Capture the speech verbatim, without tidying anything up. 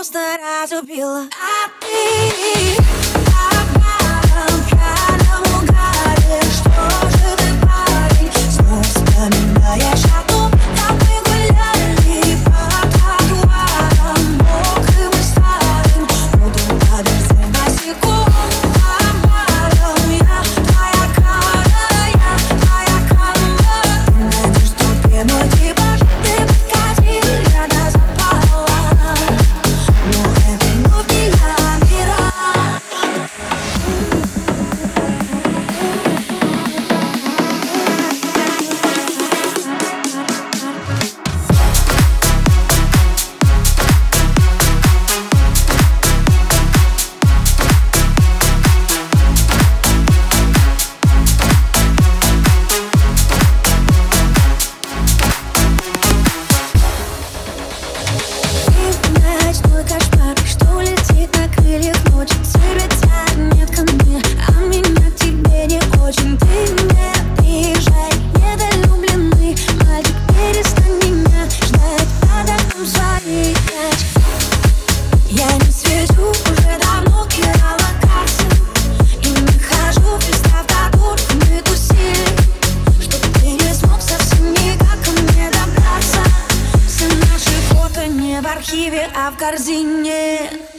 просто разубила. А ты обманом пьяном угаре. Что же ты, парень, снова вспоминаешь о том, как мы гуляли по тротуарам мокрым и старым. Буду подождать босиком. Обманом я твоя кара, я твоя кара. Найдешь тебе мой типаж, ты подкати, я до запала. Но это вновь не я мира. Ночной кошмар, что летит на крыльях ночи. Тебя нет ко мне, а меня к тебе не очень. Ты не приезжай, недолюбленный мальчик, перестань меня ждать под окном своих дач. Я не свечу уже давно геолокацию и не хожу, представь, которых мы тусили, чтоб ты не смог совсем никак ко мне добраться. Все наши фото не в архиве, а в корзине.